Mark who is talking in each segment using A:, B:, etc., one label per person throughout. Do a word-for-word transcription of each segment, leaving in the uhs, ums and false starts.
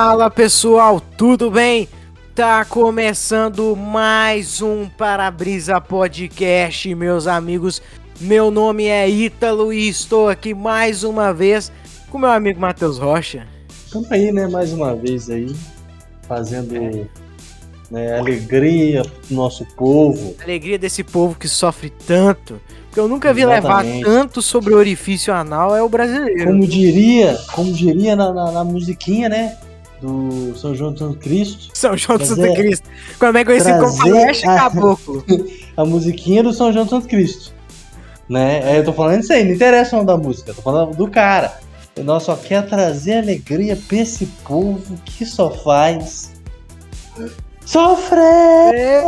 A: Fala pessoal, tudo bem? Tá começando mais um Para-Brisa Podcast, meus amigos. Meu nome é Ítalo e estou aqui mais uma vez com meu amigo Matheus Rocha.
B: Estamos aí, né, mais uma vez aí, fazendo né, alegria pro nosso povo.
A: Alegria desse povo que sofre tanto. Porque eu nunca vi
B: Exatamente.
A: levar tanto sobre o orifício anal, é o brasileiro.
B: Como diria, como diria na, na, na musiquinha, né, do São João de Santo Cristo.
A: São João de Santo
B: é
A: Cristo. Também conhecido como Faroeste
B: a-
A: Caboclo.
B: A musiquinha do São João de Santo Cristo. Né? É, eu tô falando isso aí, não interessa o nome da música, eu tô falando do cara. Nós só quer trazer alegria pra esse povo que só faz sofrer.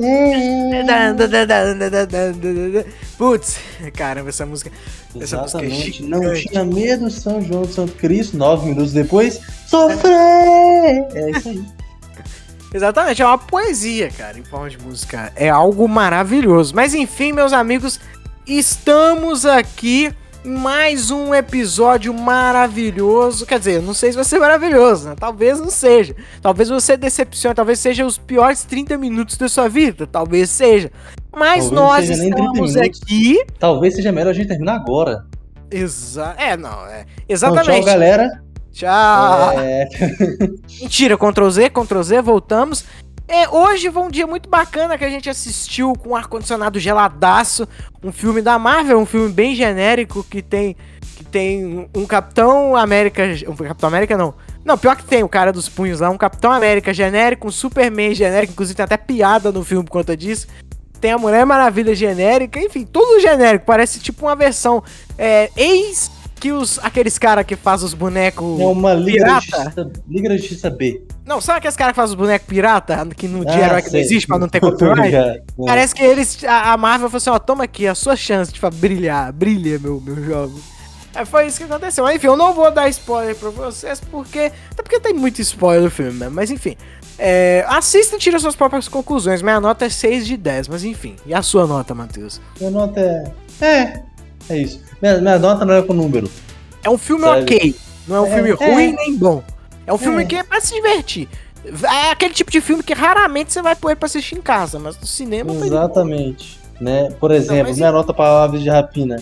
A: Putz, caramba, essa música. Essa música é
B: Exatamente, não
A: gigante.
B: tinha medo, São João de Santo Cristo, nove minutos depois, sofrer! É isso aí.
A: Exatamente, é uma poesia, cara, em forma de música. É algo maravilhoso. Mas enfim, meus amigos, estamos aqui em mais um episódio maravilhoso. Quer dizer, não sei se vai ser maravilhoso, né? Talvez não seja. Talvez você decepcione, talvez seja os piores trinta minutos da sua vida. Talvez seja. Mas
B: Talvez
A: nós
B: seja nem trinta
A: estamos
B: minutos.
A: aqui.
B: Talvez seja melhor a gente terminar agora.
A: Exa... É, não, é.
B: Então,
A: Exatamente.
B: tchau, galera.
A: Tchau.
B: É...
A: Mentira, Ctrl Z, Ctrl Z, voltamos. É, hoje foi um dia muito bacana que a gente assistiu com um ar-condicionado geladaço, um filme da Marvel, um filme bem genérico que tem, que tem um Capitão América, um Capitão América não, não, pior que tem o cara dos punhos lá, um Capitão América genérico, um Superman genérico, inclusive tem até piada no filme por conta disso, tem a Mulher Maravilha genérica, enfim, tudo genérico, parece tipo uma versão é, ex que os, aqueles caras que fazem os bonecos
B: É uma Liga da,
A: pirata.
B: Justiça, Liga da Justiça B.
A: Não, sabe aqueles caras que fazem os bonecos pirata, que no dia
B: Ah,
A: herói que não
B: sei.
A: existe pra não ter
B: Tô
A: copyright?
B: ligado. É.
A: Parece que eles, a, a Marvel falou assim, ó, toma aqui a sua chance de tipo, brilhar, brilha, meu, meu jogo. É, foi isso que aconteceu. Mas enfim, eu não vou dar spoiler pra vocês, porque... Até porque tem muito spoiler no filme, né? Mas enfim. É, assista e tira suas próprias conclusões. Minha nota é seis de dez, mas enfim. E a sua nota, Matheus?
B: Minha nota é... É, é isso. Minha, minha nota não é com número.
A: É um filme
B: Sabe?
A: ok. Não é um
B: É,
A: filme
B: é.
A: ruim nem bom. É um filme
B: É.
A: que é pra se divertir. É aquele tipo de filme que raramente você vai pôr pra assistir em casa, mas no cinema foi de boa.
B: Exatamente. Né? Por exemplo,
A: mas
B: minha
A: e-
B: nota para Aves de Rapina.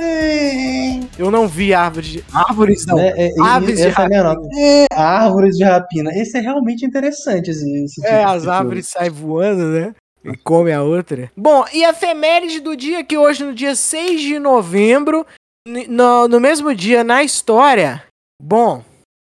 A: Eu não vi árvores de... Árvores não.
B: Né? É, é,
A: Aves de
B: essa é a minha
A: rapina.
B: nota. É, Árvores de Rapina. Esse é realmente interessante, esse, esse tipo
A: É,
B: de
A: as
B: filme.
A: árvores saem voando, né? E come a outra. Bom, e a efeméride do dia que hoje, no dia seis de novembro, n- no, no mesmo dia na história. Bom,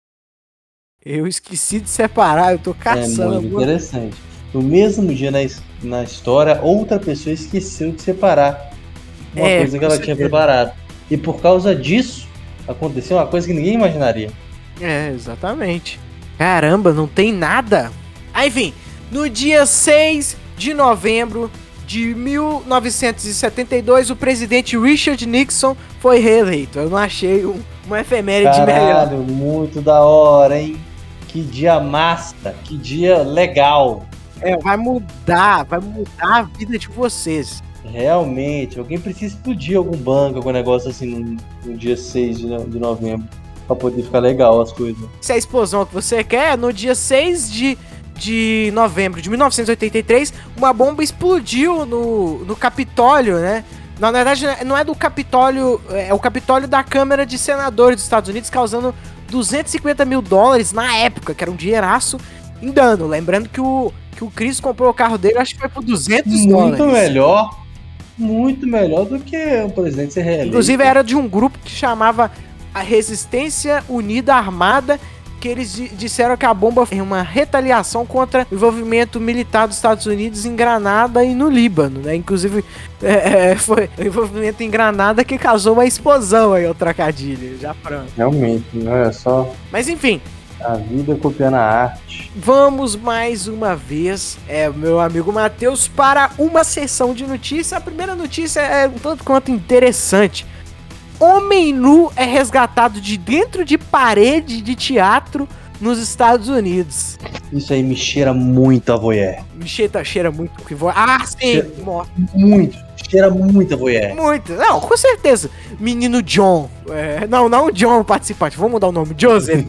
A: eu esqueci de separar, eu tô
B: É
A: caçando.
B: muito
A: alguma-
B: interessante. No mesmo dia na, his- na história, outra pessoa esqueceu de separar uma
A: É,
B: coisa que
A: com
B: ela
A: certeza.
B: tinha preparado. E por causa disso, aconteceu uma coisa que ninguém imaginaria.
A: É, exatamente. Caramba, não tem nada. Ah, enfim, no dia seis de novembro de mil novecentos e setenta e dois, o presidente Richard Nixon foi reeleito. Eu não achei um, uma efeméride melhor.
B: Caralho, muito da hora, hein? Que dia massa, que dia legal.
A: É, vai mudar, vai mudar a vida de vocês.
B: Realmente, alguém precisa explodir algum banco, algum negócio assim no, no dia seis de, no- de novembro, pra poder ficar legal as coisas.
A: Se é a explosão que você quer, no dia seis de, de novembro de mil novecentos e oitenta e três, uma bomba explodiu no, no Capitólio, né? Na verdade, não é do Capitólio, é o Capitólio da Câmara de Senadores dos Estados Unidos, causando duzentos e cinquenta mil dólares na época, que era um dinheiraço, em dano. Lembrando que o, que o Chris comprou o carro dele, acho que foi por duzentos dólares.
B: Muito melhor, muito melhor do que o presidente ser reeleito.
A: Inclusive era de um grupo que chamava a Resistência Unida Armada, que eles di- disseram que a bomba foi uma retaliação contra o envolvimento militar dos Estados Unidos em Granada e no Líbano, né? Inclusive é, é, foi o envolvimento em Granada que causou uma explosão aí, o trocadilho, já pronto.
B: Realmente, não é só
A: Mas enfim,
B: a vida copiando a arte.
A: vamos mais uma vez, é, meu amigo Matheus, para uma sessão de notícia. A primeira notícia é um tanto quanto interessante. Homem nu é resgatado de dentro de parede de teatro nos Estados Unidos.
B: Isso aí me cheira muito a voyeur.
A: Me cheira, cheira muito. Que vo... Ah, sim!
B: Cheira-
A: Mo-
B: Muito. Cheira muito a voyeur.
A: Muito. Não, com certeza. Menino John. É, não, não o John, o participante. Vamos mudar o nome. Joseph.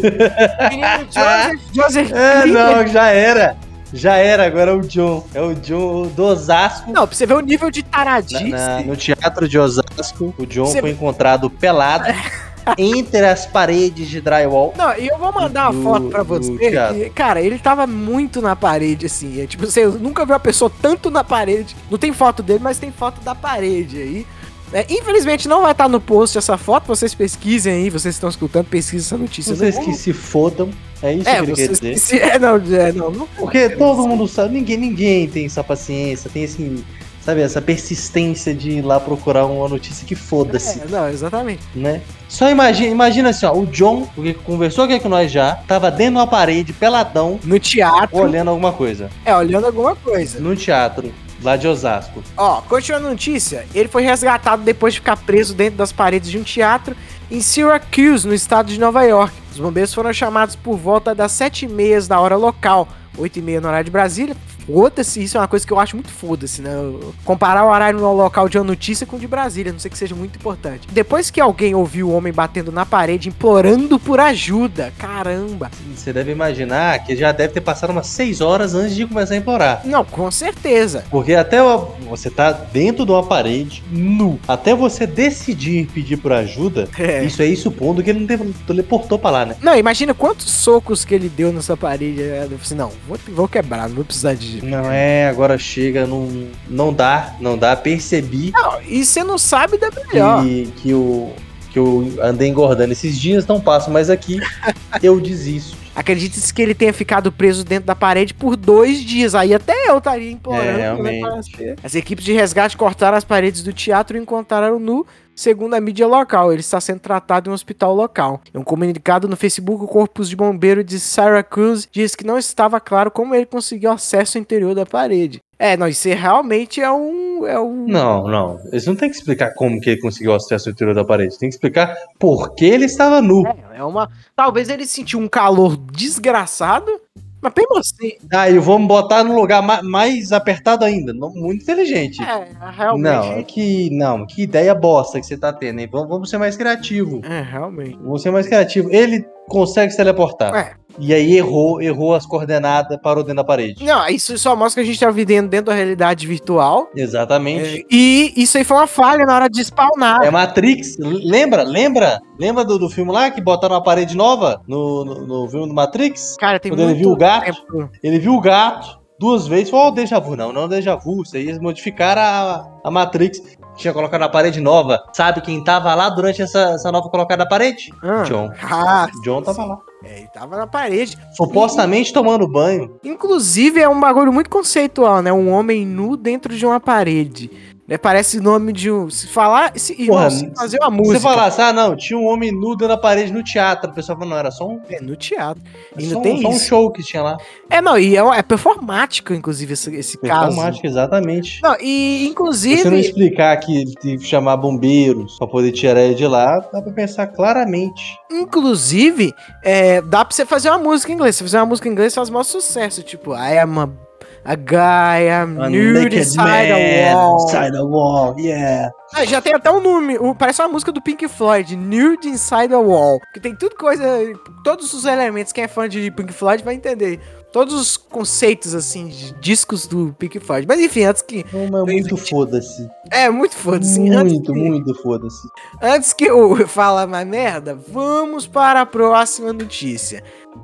A: Menino Joseph. Joseph.
B: É,
A: Klinger.
B: não, já era. Já era, agora é o John. É o John do Osasco.
A: Não, pra você ver o nível de
B: Na-
A: taradice.
B: na- no teatro de Osasco, o John
A: Você-
B: foi encontrado pelado entre as paredes de drywall.
A: Não, e eu vou mandar
B: Do-
A: uma foto pra
B: do
A: você.
B: teatro.
A: Que, cara, ele tava muito na parede, assim. É, tipo, você nunca viu uma pessoa tanto na parede. Não tem foto dele, mas tem foto da parede aí. É, infelizmente não vai estar no post essa foto. Vocês pesquisem aí, vocês estão escutando, pesquisem essa notícia.
B: Vocês
A: no
B: que
A: Google.
B: se fodam. É isso
A: É,
B: que ele quer
A: vocês
B: dizer.
A: que se... É, não, é, não, não.
B: Porque todo mundo sabe, ninguém, ninguém tem essa paciência, tem esse, sabe, essa persistência de ir lá procurar uma notícia que foda-se,
A: É, não, exatamente.
B: né? Só imagina, imagina assim, ó, o John, porque conversou aqui com nós já, tava dentro de uma parede, peladão,
A: No teatro.
B: olhando alguma coisa.
A: É, olhando alguma coisa.
B: No teatro, lá de Osasco.
A: Ó, continuando a notícia, ele foi resgatado depois de ficar preso dentro das paredes de um teatro em Syracuse, no estado de Nova York. Os bombeiros foram chamados por volta das sete e meia da hora local, oito e meia no horário de Brasília. Foda-se, isso é uma coisa que eu acho muito foda-se, né? Comparar o horário no local de uma notícia com o de Brasília, não sei que seja muito importante. Depois que alguém ouviu o homem batendo na parede, implorando por ajuda, caramba.
B: Você deve imaginar que já deve ter passado umas seis horas antes de começar a implorar.
A: Não, com certeza.
B: Porque até o- você tá dentro de uma parede, nu, até você decidir pedir por ajuda,
A: É.
B: isso aí supondo que ele não teve, teleportou pra lá, né?
A: Não, imagina quantos socos que ele deu nessa parede. Eu falei assim, não, vou, vou quebrar, não vou precisar de...
B: Não é, agora chega, não, não dá, não dá, percebi
A: Não, e você não sabe da melhor.
B: que, que, o, que eu andei engordando esses dias, não passo mais aqui, eu desisto.
A: Acredite-se que ele tenha ficado preso dentro da parede por dois dias. Aí até eu estaria implorando.
B: É,
A: né,
B: realmente.
A: para ser. As equipes de resgate cortaram as paredes do teatro e encontraram nu, segundo a mídia local. Ele está sendo tratado em um hospital local. Em um comunicado no Facebook, o Corpo de Bombeiro de Syracuse diz que não estava claro como ele conseguiu acesso ao interior da parede. É, não, isso realmente é um... É um...
B: Não, não, eles não tem que explicar como que ele conseguiu acesso ao interior da parede, tem que explicar por que ele estava nu.
A: É, é uma... Talvez ele sentiu um calor desgraçado, mas mesmo assim...
B: Aí vamos botar num lugar ma- mais apertado ainda, não, muito inteligente.
A: É, realmente...
B: Não, que não, que ideia bosta que você tá tendo, hein? Vamos, vamos ser mais criativo.
A: É, realmente.
B: Vamos ser mais criativo. Ele consegue se teleportar.
A: É.
B: E aí errou, errou as coordenadas, parou dentro da parede.
A: Não, isso só mostra que a gente tá vivendo dentro da realidade virtual.
B: Exatamente.
A: É, e isso aí foi uma falha na hora de spawnar.
B: É Matrix. L- Lembra? Lembra? Lembra do, do filme lá que botaram uma parede nova no, no, no filme do Matrix?
A: Cara, tem
B: Quando ele
A: muito
B: viu o gato?
A: tempo.
B: Ele viu o gato duas vezes, falou, ó, déjà vu. Não, não déjà vu. Isso aí eles modificaram a, a Matrix. Tinha colocado na parede nova. Sabe quem tava lá durante essa, essa nova colocada na parede?
A: Ah.
B: John.
A: Ah,
B: John tava lá.
A: é, ele tava na parede.
B: Supostamente tomando banho.
A: Inclusive, é um bagulho muito conceitual, né? Um homem nu dentro de uma parede. Né? Parece o nome de um... Se falar... Se,
B: Porra,
A: irmão, se fazer uma música...
B: Você falasse, ah, não, tinha um homem nu dentro da parede no teatro. O pessoal falou, não, era só um,
A: É, no teatro. E
B: só,
A: não
B: um-
A: tem
B: só um
A: isso.
B: show que tinha lá.
A: É, não, e é, é performático, inclusive, esse, esse caso.
B: Performático, exatamente.
A: Não, e
B: Se
A: inclusive...
B: você não explicar que ele teve que chamar bombeiros pra poder tirar ele de lá, dá pra pensar claramente.
A: Inclusive, é, dá pra você fazer uma música em inglês. Se você fizer uma música em inglês, faz o maior sucesso. Tipo, I am a, a guy, I'm
B: A
A: nude
B: naked
A: inside
B: man
A: a wall.
B: inside a wall, yeah.
A: Ah, já tem até um nome, o- parece uma música do Pink Floyd, Nude Inside a Wall. Que tem tudo coisa, todos os elementos, quem é fã de Pink Floyd vai entender. Todos os conceitos, assim, de discos do Pink Floyd. Mas enfim, antes que...
B: Não, é muito foda-se.
A: É, muito foda-se. Antes
B: Muito,
A: que-
B: muito foda-se.
A: Antes que eu fale mais merda, vamos para a próxima notícia.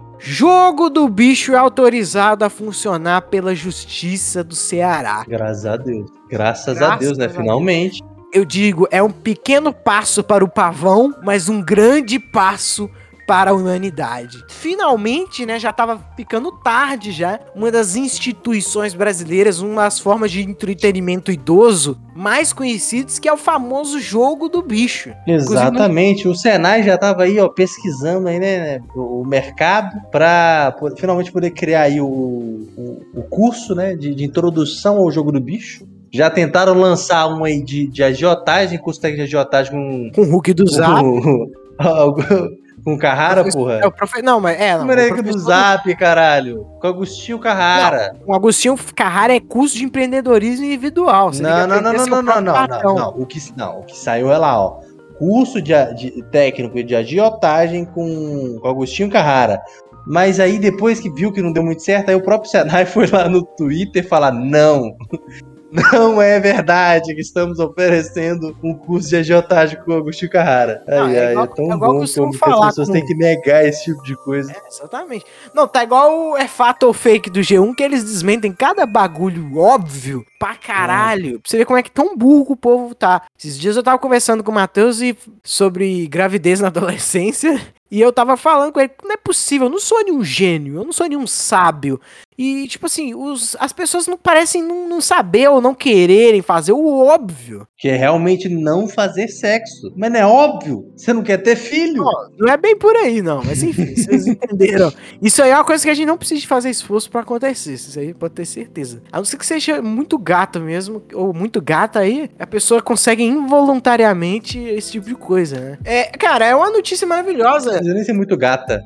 A: Jogo do bicho é autorizado a funcionar pela Justiça do Ceará.
B: Graças a Deus. Graças, a
A: Graças
B: Deus, né?
A: a Deus.
B: Finalmente.
A: Eu digo, é um pequeno passo para o pavão, mas um grande passo para a humanidade. Finalmente, né, já tava ficando tarde já, uma das instituições brasileiras, uma das formas de entretenimento idoso mais conhecidas, que é o famoso jogo do bicho.
B: Exatamente. O Senai já tava aí, ó, pesquisando aí, né, o mercado para finalmente poder criar aí o, o, o curso, né, de, de introdução ao jogo do bicho. Já tentaram lançar um aí de, de agiotagem, curso técnico de agiotagem com
A: Com o Hulk do Zap.
B: com- Com o Carrara,
A: Professor-
B: porra?
A: É, o profe... Não, mas é. Não,
B: Como é
A: o
B: que do
A: professor-
B: Zap, caralho? Com o Agostinho Carrara.
A: Não, o Agostinho Carrara é curso de empreendedorismo individual. Você tem que
B: Não, não, não,
A: aprender a
B: não,
A: ser o
B: não, não,
A: próprio
B: não,
A: patrão.
B: não, não. O que, não, o que saiu é lá, ó. Curso de, a- de técnico de agiotagem com, com Agostinho Carrara. Mas aí, depois que viu que não deu muito certo, aí o próprio Senai foi lá no Twitter falar: não, não é verdade que estamos oferecendo um curso de agiotagem com o Agostinho Carrara. Ai,
A: Não, é
B: ai,
A: igual-
B: é tão
A: é igual eu
B: bom
A: costumo
B: como que as
A: falar
B: pessoas
A: com-
B: têm que negar esse tipo de coisa.
A: É, exatamente. Não, tá igual o é fato ou fake do G um, que eles desmentem cada bagulho óbvio pra caralho. Pra você ver como é que tão burro o povo tá. Esses dias eu tava conversando com o Matheus e sobre gravidez na adolescência. E eu tava falando com ele, não é possível, eu não sou nenhum gênio, eu não sou nenhum sábio. E, tipo assim, os, as pessoas não parecem não, não saber ou não quererem fazer o óbvio.
B: Que é realmente não fazer sexo. Mas não é óbvio. Você não quer ter filho.
A: Ó, não é bem por aí, não, mas enfim, vocês entenderam. Isso aí é uma coisa que a gente não precisa de fazer esforço pra acontecer, isso aí pode ter certeza. A não ser que seja muito gato mesmo, ou muito gata aí, a pessoa consegue involuntariamente esse tipo de coisa, né? É, cara, é uma notícia maravilhosa.
B: Mas eu nem ser muito gata.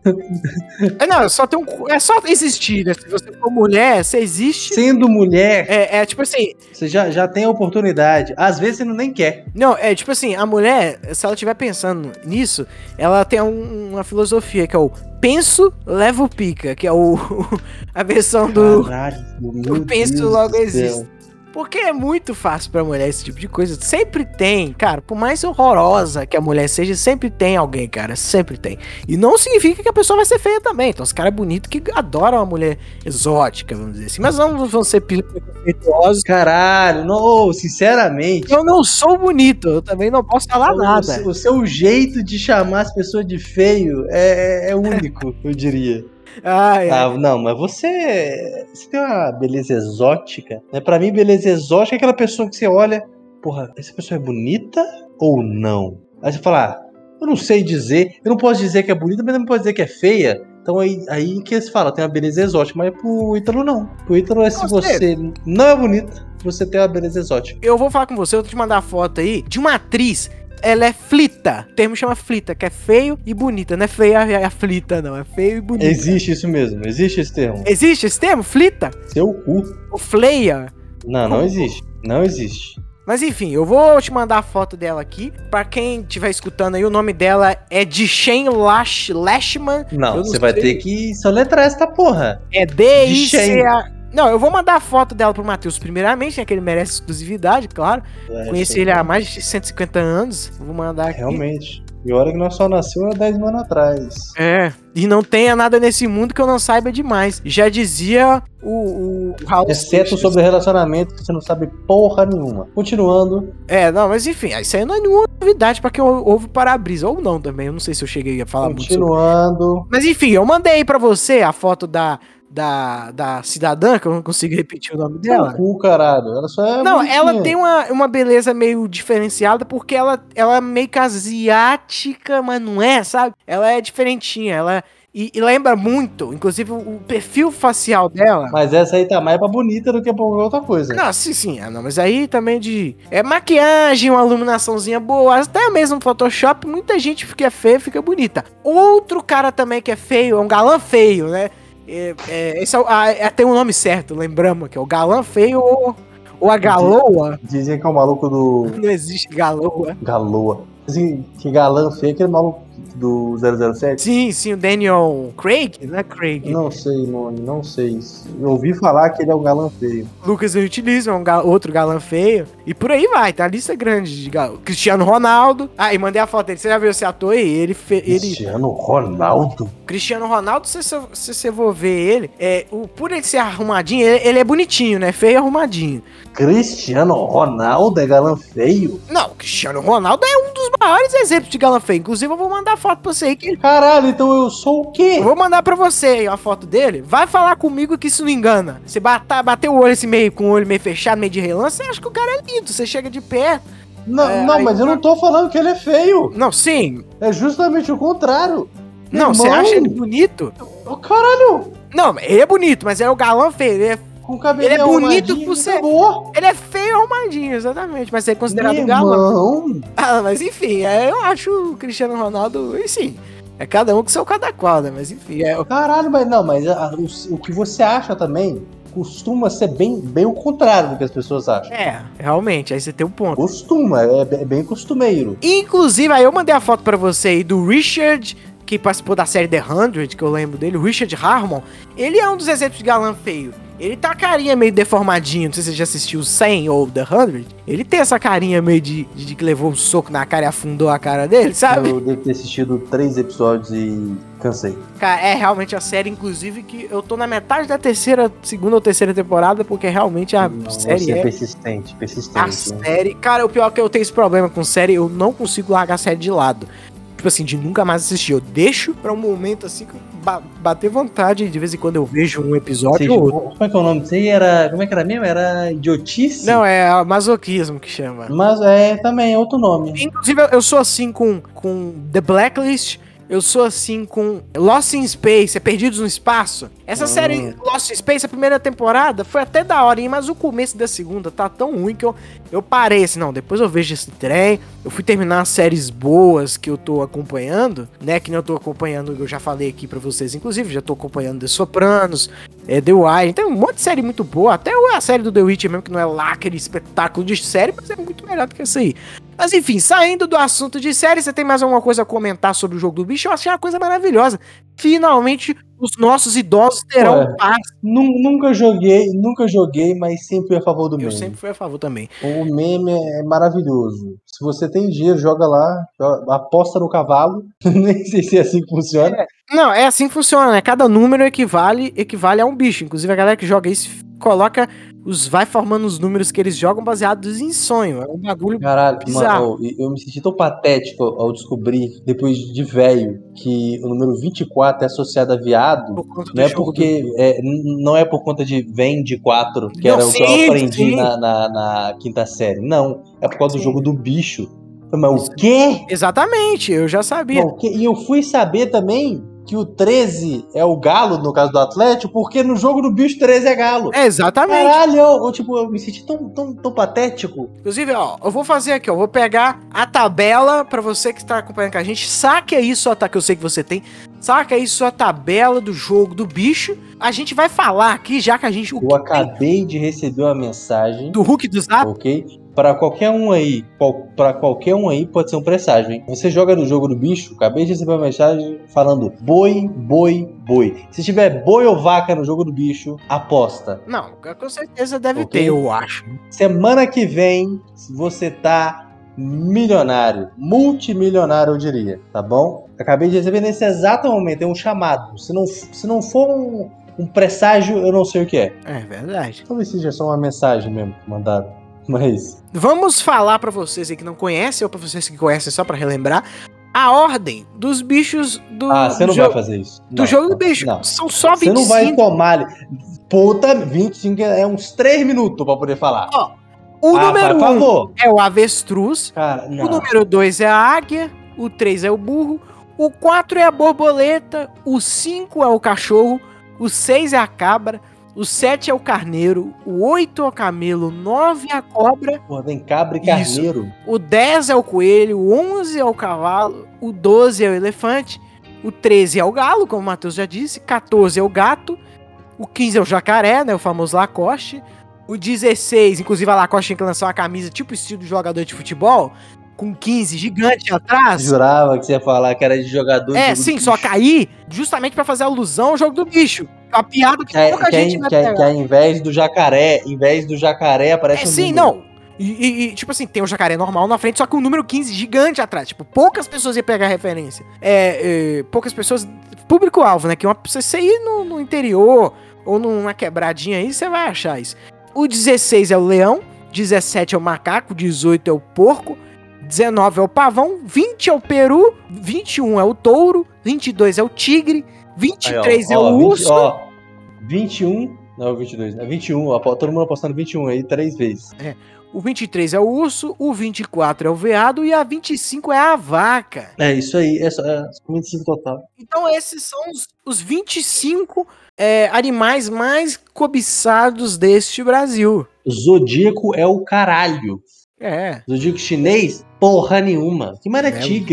A: É, não, só tem um, é só existir, né? Se você for mulher, você existe.
B: Sendo mulher,
A: É, é tipo assim,
B: você já, já tem a oportunidade. Às vezes você não nem quer.
A: não, é tipo assim, a mulher, se ela estiver pensando nisso, ela tem um- uma filosofia que é o penso, levo pica, que é o a versão do
B: Caralho,
A: eu
B: meu
A: penso
B: Deus
A: logo
B: do céu.
A: existo. Porque é muito fácil pra mulher esse tipo de coisa. Sempre tem, cara. Por mais horrorosa que a mulher seja, sempre tem alguém, cara. Sempre tem. E não significa que a pessoa vai ser feia também. Então, os caras bonitos que adoram uma mulher exótica, vamos dizer assim. Mas não vão ser preconceituosos.
B: Caralho, não, sinceramente.
A: Eu não sou bonito. Eu também não posso falar
B: o,
A: nada.
B: seu- o seu jeito de chamar as pessoas de feio é, é único, eu diria.
A: Ai, ai.
B: Ah, não, mas você, você tem uma beleza exótica, né? Pra mim, beleza exótica é aquela pessoa que você olha, porra, essa pessoa é bonita ou não? Aí você fala, ah, eu não sei dizer, eu não posso dizer que é bonita, mas não posso dizer que é feia. Então aí, aí que eles falam, tem uma beleza exótica, mas pro Ítalo não. Pro Ítalo é se
A: Você-
B: você não é bonita, você tem uma beleza exótica.
A: Eu vou falar com você, eu vou te mandar a foto aí de uma atriz. Ela é flita. O termo chama flita, que é feio e bonita. Não é feia é aflita, não. É feio e bonita.
B: Existe isso mesmo, existe esse termo.
A: Existe esse termo? Flita?
B: Seu cu.
A: Ou fleia?
B: Não, não existe. Não existe.
A: Mas enfim, eu vou te mandar a foto dela aqui. Pra quem estiver escutando aí, o nome dela é Dishen Lash, Lashman.
B: Não,
A: Eu
B: você vai
A: sei.
B: ter que soletrar essa porra.
A: É D I C A... Não, eu vou mandar a foto dela pro Matheus primeiramente, né, que ele merece exclusividade, claro. Conheci ele há mais de cento e cinquenta anos. Vou mandar aqui.
B: Realmente. E olha que nós só nasceu há dez anos atrás.
A: É, e não tenha nada nesse mundo que eu não saiba demais. Já dizia o, o, o Raul
B: Exceto
A: Seixas.
B: sobre relacionamento, que você não sabe porra nenhuma. Continuando.
A: É, não, mas enfim, isso aí não é nenhuma novidade pra quem ou- ouve para-brisa, ou não também, eu não sei se eu cheguei a falar muito sobre.
B: Continuando.
A: Mas enfim, eu mandei pra você a foto da, da, da cidadã, que eu não consigo repetir o nome
B: Dela?
A: dela.
B: Cu, caralho. Ela só é.
A: Não,
B: bonitinha.
A: ela tem uma, uma beleza meio diferenciada, porque ela, ela é meio que asiática, mas não é, sabe? Ela é diferentinha, ela... E, e lembra muito, inclusive, o, o perfil facial dela.
B: Mas essa aí tá mais pra bonita do que pra qualquer outra coisa.
A: Não, sim, sim. Ah, não, mas aí também de... É maquiagem, uma iluminaçãozinha boa, até mesmo no Photoshop, muita gente que é feia fica bonita. Outro cara também que é feio, é um galã feio, né? É, é, esse é, o- ah, é, tem um nome certo, lembramos, que é o galã feio ou, ou a galoa.
B: Dizem que é o maluco do.
A: Não existe galoa.
B: Galoa. Dizem que galã feio é aquele maluco do zero zero sete.
A: Sim, sim, o Daniel Craig, né? Craig.
B: Não sei, nome, não sei. Eu ouvi falar que ele é um galã feio.
A: Lucas Utilismo é um ga- outro galã feio. E por aí vai, tá? A lista é grande de galã. Cristiano Ronaldo. Ah, e mandei a foto dele. Você já viu esse ator aí? Ele... Fe... ele...
B: Cristiano Ronaldo?
A: Cristiano Ronaldo, se você se você for ver ele, é, o, por ele ser arrumadinho, ele, ele é bonitinho, né? Feio e arrumadinho.
B: Cristiano Ronaldo é galã feio?
A: Não, o Cristiano Ronaldo é um dos maiores exemplos de galã feio. Inclusive, eu vou mandar a foto pra você aí. Que...
B: Caralho, então eu sou o quê?
A: Eu vou mandar pra você aí uma foto dele. Vai falar comigo que isso não engana. Você bata, bater o olho assim meio com o olho meio fechado, meio de relance, você acha que o cara é lindo. Você chega de perto.
B: Não,
A: É,
B: não
A: aí-
B: mas eu não tô falando que ele é feio.
A: Não, sim.
B: É justamente o contrário.
A: Não, você
B: Irmão,
A: acha ele bonito?
B: Ô, caralho,
A: Não, ele é bonito, mas é o galã feio. Ele é,
B: com cabelo
A: Ele é bonito por ser-
B: Acabou.
A: ele é feio e arrumadinho, exatamente. Mas é considerado
B: Meu
A: galã.
B: irmão.
A: Ah, mas enfim, é, eu acho o Cristiano Ronaldo, e sim, É cada um com seu cada qual, né? Mas enfim, é...
B: Caralho, mas não, mas a- o, o que você acha também costuma ser bem, bem o contrário do que as pessoas acham.
A: É, realmente, aí você tem um ponto.
B: Costuma, é, be- é bem costumeiro.
A: Inclusive, aí eu mandei a foto pra você aí do Richard, que participou da série The hundred, que eu lembro dele, o Richard Harmon. Ele é um dos exemplos de galã feio. Ele tá a carinha meio deformadinho, não sei se você já assistiu cem ou The hundred. Ele tem essa carinha meio de, de, de que levou um soco na cara e afundou a cara dele, sabe?
B: Eu devo ter assistido três episódios e cansei.
A: Cara, é realmente a série, inclusive, que eu tô na metade da terceira, segunda ou terceira temporada, porque realmente a
B: Não,
A: série
B: você é
A: é...
B: persistente,
A: A
B: persistente. né?
A: série... Cara, o pior é que eu tenho esse problema com série, eu não consigo largar a série de lado. Tipo assim, de nunca mais assistir. Eu deixo pra um momento assim que eu ba- bater vontade. De vez em quando eu vejo um episódio
B: Vocês-
A: ou outro.
B: como é que é o nome disso aí? Era, como é que era mesmo? Era idiotice?
A: Não, é masoquismo que chama.
B: Mas é também é outro nome.
A: Inclusive, eu- eu sou assim com, com The Blacklist. Eu sou assim com Lost in Space, é Perdidos no Espaço. Essa
B: Hum.
A: série Lost in Space, a primeira temporada, foi até da hora, hein, mas o começo da segunda tá tão ruim que eu, eu parei assim, não, depois eu vejo esse trem. Eu fui terminar as séries boas que eu tô acompanhando, né, que nem eu tô acompanhando, eu já falei aqui pra vocês, inclusive, já tô acompanhando The Sopranos, é, The Wire, tem um monte de série muito boa, até a série do The Witcher mesmo, que não é lá aquele espetáculo de série, mas é muito melhor do que essa aí. Mas enfim, saindo do assunto de série, você tem mais alguma coisa a comentar sobre o jogo do bicho? Eu achei uma coisa maravilhosa. Finalmente, os nossos idosos terão
B: Ué.
A: paz.
B: Nu- Nunca joguei, nunca joguei, mas sempre fui a favor do
A: Eu
B: meme.
A: sempre fui a favor também.
B: O meme é maravilhoso. Se você tem dinheiro, joga lá, joga- aposta no cavalo. Nem sei se é assim que funciona.
A: Não, é assim que funciona, né? Cada número equivale, equivale a um bicho. Inclusive, a galera que joga isso coloca os. Vai formando os números que eles jogam baseados em sonho. É um bagulho.
B: Caralho,
A: Bizarro.
B: mano, eu eu me senti tão patético ao descobrir, depois de velho, que o número vinte e quatro é associado a viado.
A: Por conta do
B: Não é
A: jogo
B: porque.
A: do-
B: é, n- não é por conta de vem de quatro, que
A: Não,
B: era o que eu
A: sim,
B: aprendi
A: sim.
B: na, na, na quinta série. Não, é por causa do
A: Sim.
B: jogo do bicho. Mas
A: Isso.
B: o quê?
A: Exatamente, eu já sabia.
B: Não, o quê? E eu fui saber também que o treze é o galo, no caso do Atlético, porque no jogo do bicho treze é galo.
A: É, exatamente.
B: Caralho, eu, eu, tipo, eu me senti tão, tão, tão patético.
A: Inclusive, ó, eu vou fazer aqui, ó. Eu vou pegar a tabela pra você que está acompanhando com a gente. Saque aí sua tabela, que eu sei que você tem. Saque aí sua tabela do jogo do bicho. A gente vai falar aqui, já que a gente. O
B: Eu
A: que
B: acabei de receber uma mensagem,
A: tem do Hulk do Zap.
B: ok? Pra qualquer um aí, qual, pra qualquer um aí pode ser um presságio, hein? Você joga no jogo do bicho, acabei de receber uma mensagem falando boi, boi, boi. Se tiver boi ou vaca no jogo do bicho, aposta.
A: Não, com certeza deve
B: Ok.
A: ter, eu acho.
B: Semana que vem, você tá milionário, multimilionário, eu diria, tá bom? Acabei de receber nesse exato momento, é um chamado. Se não, se não for um, um presságio, eu não sei o que é.
A: É verdade.
B: Talvez seja só uma mensagem mesmo mandada. Mas.
A: Vamos falar pra vocês aí que não conhecem, ou pra vocês que conhecem só pra relembrar, a ordem dos bichos do,
B: Ah, você
A: do
B: não
A: jogo,
B: vai fazer isso.
A: do
B: Não,
A: jogo do
B: não,
A: bicho.
B: Não.
A: São só
B: Você
A: vinte e cinco.
B: não vai tomar. Puta, vinte e cinco é uns três minutos pra poder falar.
A: Ó, o
B: ah,
A: número
B: por
A: um
B: favor.
A: é o avestruz.
B: Cara,
A: O
B: não.
A: número dois é a águia, o três é o burro, o quatro é a borboleta, o cinco é o cachorro, o seis é a cabra, o sete é o carneiro, o oito é o camelo, o nove é a cobra,
B: Porra, tem cabra e
A: Isso.
B: carneiro.
A: o dez é o coelho, o onze é o cavalo, o doze é o elefante, o treze é o galo, como o Matheus já disse, quatorze é o gato, o quinze é o jacaré, né, o famoso Lacoste, o dezesseis, inclusive a Lacoste tinha que lançar uma camisa tipo estilo de jogador de futebol, com quinze gigante atrás.
B: Jurava que você ia falar que era de jogador
A: É,
B: de jogo
A: sim,
B: do
A: só
B: bicho.
A: cair justamente pra fazer alusão ao jogo do bicho. A piada que
B: Que, é-
A: pouca
B: que, é-
A: gente vai
B: que, é-
A: pegar.
B: que ao invés do jacaré, em vez do jacaré aparece
A: É,
B: um
A: sim,
B: número.
A: não. E, e- e, tipo assim, tem o jacaré normal na frente, só que o número quinze gigante atrás. Tipo, poucas pessoas iam pegar a referência. É, é, poucas pessoas. Público-alvo, né? Que uma, você você ir no, no interior ou numa quebradinha aí, você vai achar isso. O dezesseis é o leão, dezessete é o macaco, dezoito é o porco, dezenove é o pavão, vinte é o peru, vinte e um é o touro, vinte e dois é o tigre, vinte e três
B: Aí, ó,
A: é
B: ó,
A: o
B: vinte
A: urso.
B: Ó, vinte e um. Não, vinte e dois, né? vinte e um, ó, todo mundo apostando vinte e um aí três vezes.
A: O vinte e três é o urso, o vinte e quatro é o veado e a vinte e cinco é a vaca.
B: É isso aí, é só é vinte e cinco total.
A: Então esses são os, os vinte e cinco é, animais mais cobiçados deste Brasil.
B: Zodíaco é o caralho.
A: É.
B: Zodíaco chinês, porra nenhuma. Que mais é
A: É.
B: tigre?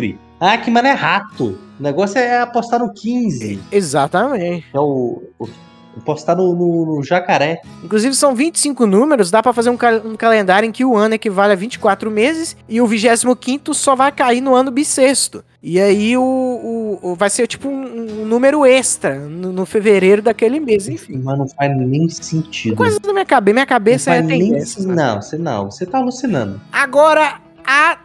B: Ah, que mano é rato. O negócio é apostar no quinze.
A: Exatamente.
B: É o. o apostar no, no, no jacaré.
A: Inclusive são vinte e cinco números, dá pra fazer um, cal um calendário em que o ano equivale a vinte e quatro meses e o vigésimo quinto só vai cair no ano bissexto. E aí o, o, o vai ser tipo um, um número extra no, no fevereiro daquele mês, enfim.
B: Mas não faz nem sentido.
A: Coisas da minha cabeça, minha cabeça
B: não
A: é
B: faz nem
A: tendência,
B: sen- Não, você não, você tá alucinando.
A: Agora, a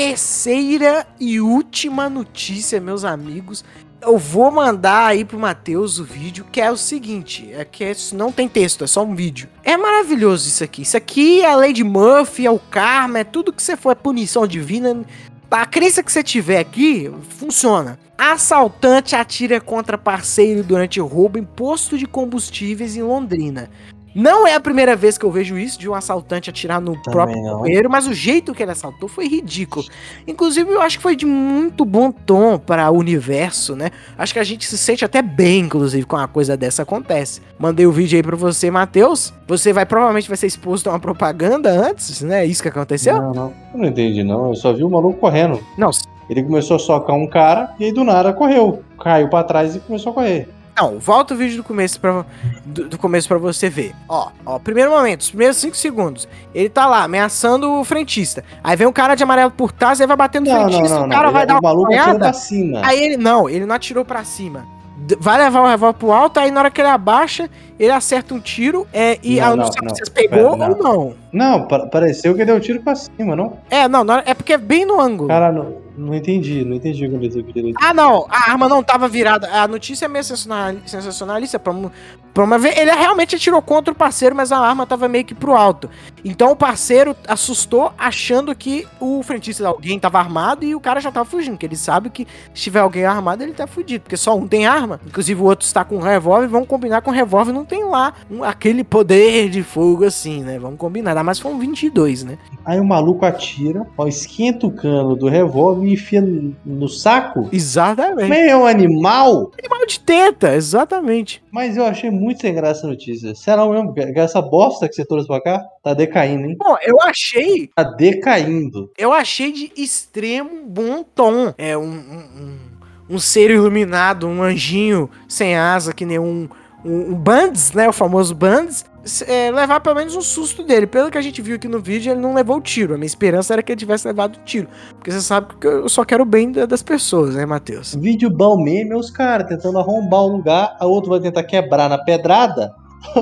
A: terceira e última notícia, meus amigos. Eu vou mandar aí pro Matheus o vídeo, que é o seguinte, é que é- não tem texto, é só um vídeo. É maravilhoso isso aqui. Isso aqui é a lei de Murphy, é o karma, é tudo que você for, é punição divina. A crença que você tiver aqui, funciona. Assaltante atira contra parceiro durante roubo em posto de combustíveis em Londrina. Não é a primeira vez que eu vejo isso, de um assaltante atirar no
B: Também
A: próprio
B: não.
A: companheiro, mas o jeito que ele assaltou foi ridículo. Inclusive, eu acho que foi de muito bom tom para o universo, né? Acho que a gente se sente até bem, inclusive, quando uma coisa dessa acontece. Mandei o vídeo aí pra você, Matheus. Você vai provavelmente vai ser exposto a uma propaganda antes, né? Isso que aconteceu?
B: Não, não. Eu não entendi, não. Eu só vi o maluco correndo.
A: Não,
B: Ele começou a socar um cara e aí do nada correu. Caiu pra trás e começou a correr.
A: Não, volta o vídeo do começo pra, do, do começo pra você ver. Ó, ó, primeiro momento, os primeiros cinco segundos. Ele tá lá, ameaçando o frentista. Aí vem um cara de amarelo por trás, aí vai bater no
B: Não, não,
A: frentista,
B: não,
A: o cara
B: não.
A: vai
B: Ele-
A: dar
B: o
A: uma
B: maluco atirou
A: apanhada.
B: pra cima.
A: Aí ele, não, ele não atirou pra cima. D- Vai levar o revólver pro alto, aí na hora que ele abaixa, ele acerta um tiro, é, e
B: Não,
A: ah, eu não,
B: não,
A: sei
B: não.
A: se você pegou
B: Pera,
A: ou não.
B: Não, pa- pareceu que ele deu tiro pra cima, não?
A: É, não, na hora- é porque é bem no ângulo.
B: Cara, não, não entendi. Não entendi o que ele deu direito.
A: Ah, não, a arma não tava virada. A notícia é meio sensacional- sensacionalista. Pra, pra uma vez, ele realmente atirou contra o parceiro, mas a arma tava meio que pro alto. Então o parceiro assustou, achando que o frentista, alguém tava armado e o cara já tava fugindo. Porque ele sabe que se tiver alguém armado, ele tá fudido. Porque só um tem arma. Inclusive o outro está com um revólver. Vamos combinar com o revólver, não tem lá um- aquele poder de fogo assim, né? Vamos combinar. Ainda mais se for um vinte e dois, né?
B: Aí o maluco atira, ó, esquenta o cano do revólver e enfia no, no saco.
A: Exatamente.
B: Mas é um animal.
A: Animal de teta, exatamente.
B: Mas eu achei muito sem graça a notícia. Será mesmo? que Essa bosta que você trouxe pra cá tá decaindo, hein?
A: Bom, eu achei
B: Tá decaindo.
A: Eu achei de extremo bom tom. É um, um, um, um ser iluminado, um anjinho sem asa, que nem um, um, um Bands, né? O famoso Bands. É, levar pelo menos um susto dele. Pelo que a gente viu aqui no vídeo, ele não levou o tiro. A minha esperança era que ele tivesse levado o tiro. Porque você sabe que eu só quero o bem da- das pessoas, né, Matheus?
B: Vídeo bom mesmo é os caras tentando arrombar o lugar, a outro vai tentar quebrar na pedrada,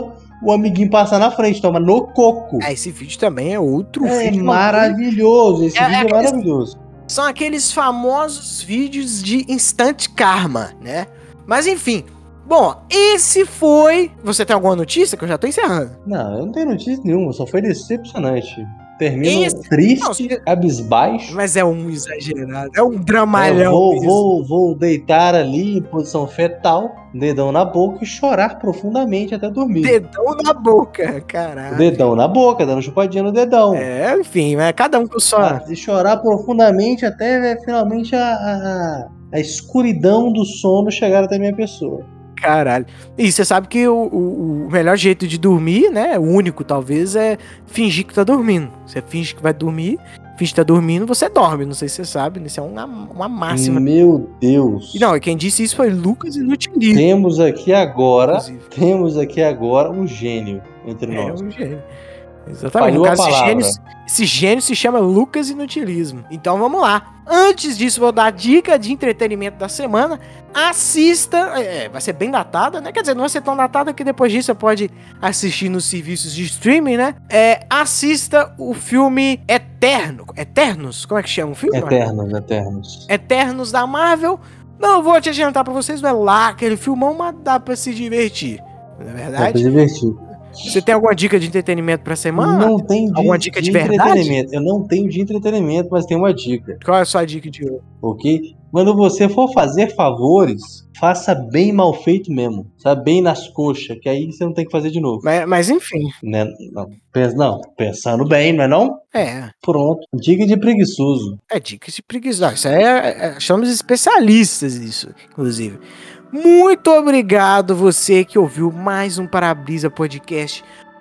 B: o amiguinho passa na frente, toma no coco.
A: Ah, esse vídeo também é outro
B: É
A: vídeo.
B: maravilhoso, esse
A: É- é
B: vídeo é
A: aqueles-
B: maravilhoso.
A: São aqueles famosos vídeos de instant karma, né? Mas enfim. Bom, esse foi... Você tem alguma notícia? Que eu já tô encerrando.
B: Não, eu não tenho notícia nenhuma, só foi decepcionante. Termino
A: Esse-
B: triste,
A: Não, se-
B: cabisbaixo.
A: Mas é um exagerado. É um
B: Eu
A: dramalhão
B: vou,
A: mesmo.
B: vou, vou deitar ali em posição fetal, dedão na boca e chorar profundamente até dormir.
A: Dedão na boca, caralho.
B: Dedão na boca, dando chupadinha no dedão.
A: É, enfim, né? Cada um com sua...
B: Ah, e chorar profundamente até né, finalmente a, a, a escuridão do sono chegar até minha pessoa.
A: Caralho. E você sabe que o, o, o melhor jeito de dormir, né? O único, talvez, é fingir que tá dormindo. Você finge que vai dormir, finge que tá dormindo, você dorme. Não sei se você sabe, isso é uma, uma máxima.
B: Meu Deus.
A: E não, e quem disse isso foi Lucas Inutilismo,
B: Temos aqui agora,
A: inclusive.
B: temos aqui agora um gênio entre
A: É
B: nós.
A: um gênio. Exatamente.
B: Falhou
A: No
B: a
A: caso, esse
B: palavra.
A: gênio, esse gênio se chama Lucas Inutilismo. Então vamos lá. Antes disso, vou dar a dica de entretenimento da semana. Assista, é, vai ser bem datada, né? Quer dizer, não vai ser tão datada que depois disso você pode assistir nos serviços de streaming, né? É, assista o filme Eterno. Eternos? Como é que chama o filme?
B: Eternos, eternos.
A: Eternos da Marvel. Não vou te adiantar pra vocês, não é lá aquele filmão, mas dá pra se divertir. Não é
B: Dá pra
A: verdade?
B: divertir.
A: Você tem alguma dica de entretenimento pra semana?
B: Não tem de,
A: Alguma dica de verdade?
B: entretenimento. Eu não tenho de entretenimento, mas tem uma dica,
A: Qual é a sua dica de hoje?
B: ok? Quando você for fazer favores, faça bem mal feito mesmo. Sabe? Bem nas coxas, que aí você não tem que fazer de novo.
A: Mas, mas enfim,
B: Né? Não, pensa, não, pensando bem, não é não?
A: é.
B: Pronto. Dica de preguiçoso.
A: É dica de preguiça. Isso aí é, é, chamamos de especialistas disso, inclusive. Muito obrigado você que ouviu mais um Parabrisa Podcast.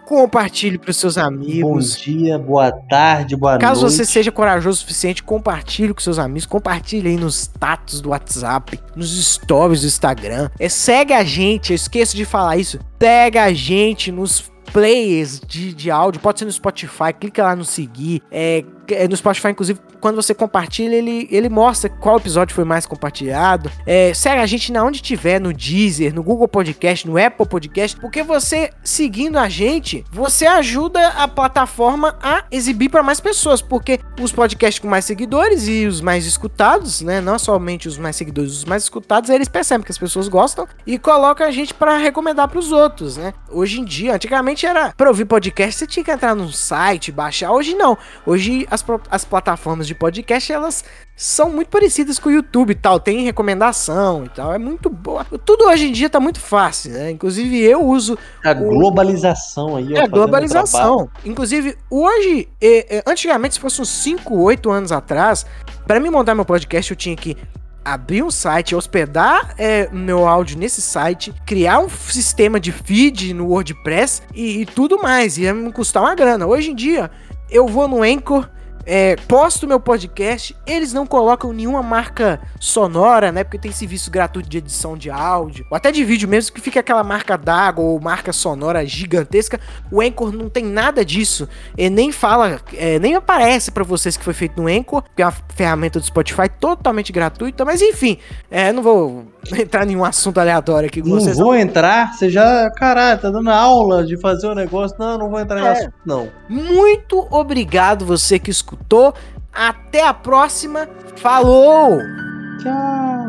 A: compartilhe para os seus
B: Bom
A: amigos.
B: dia, boa tarde, boa
A: Caso
B: noite.
A: você seja corajoso o suficiente, compartilhe com seus amigos, compartilhe aí nos status do WhatsApp, nos stories do Instagram. É, segue a gente, eu esqueço de falar isso, segue a gente nos players de, de áudio, pode ser no Spotify, clica lá no seguir, é, é, no Spotify, inclusive, quando você compartilha, ele, ele mostra qual episódio foi mais compartilhado, é, segue a gente na onde tiver, no Deezer, no Google Podcast, no Apple Podcast, porque você, seguindo a gente, você ajuda a plataforma a exibir para mais pessoas, porque os podcasts com mais seguidores e os mais escutados, né, não somente os mais seguidores, os mais escutados, eles percebem que as pessoas gostam e colocam a gente para recomendar para os outros, né. Hoje em dia, antigamente era para ouvir podcast, você tinha que entrar num site, baixar. Hoje não. Hoje as, as plataformas de podcast, elas são muito parecidas com o YouTube e tal. Tem recomendação e tal. É muito boa. Tudo hoje em dia tá muito fácil, né? Inclusive eu uso...
B: A
A: o...
B: globalização aí.
A: É, a globalização. Inclusive, hoje... É, é, antigamente, se fosse uns cinco, oito anos atrás, para mim montar meu podcast, eu tinha que abrir um site, hospedar é, meu áudio nesse site, criar um sistema de feed no WordPress e, e tudo mais, ia me custar uma grana. Hoje em dia, eu vou no Anchor, é, posto meu podcast, eles não colocam nenhuma marca sonora, né, porque tem serviço gratuito de edição de áudio, ou até de vídeo mesmo, que fica aquela marca d'água ou marca sonora gigantesca. O Anchor não tem nada disso, e nem fala, é, nem aparece pra vocês que foi feito no Anchor, que é uma ferramenta do Spotify totalmente gratuita, mas enfim, é, não vou entrar em nenhum assunto aleatório aqui com
B: não
A: vocês.
B: Não vou entrar, você já, caralho, tá dando aula de fazer o um negócio, não, não vou entrar em é. assunto, não.
A: Muito obrigado você que escutou, até a próxima, falou!
B: Tchau!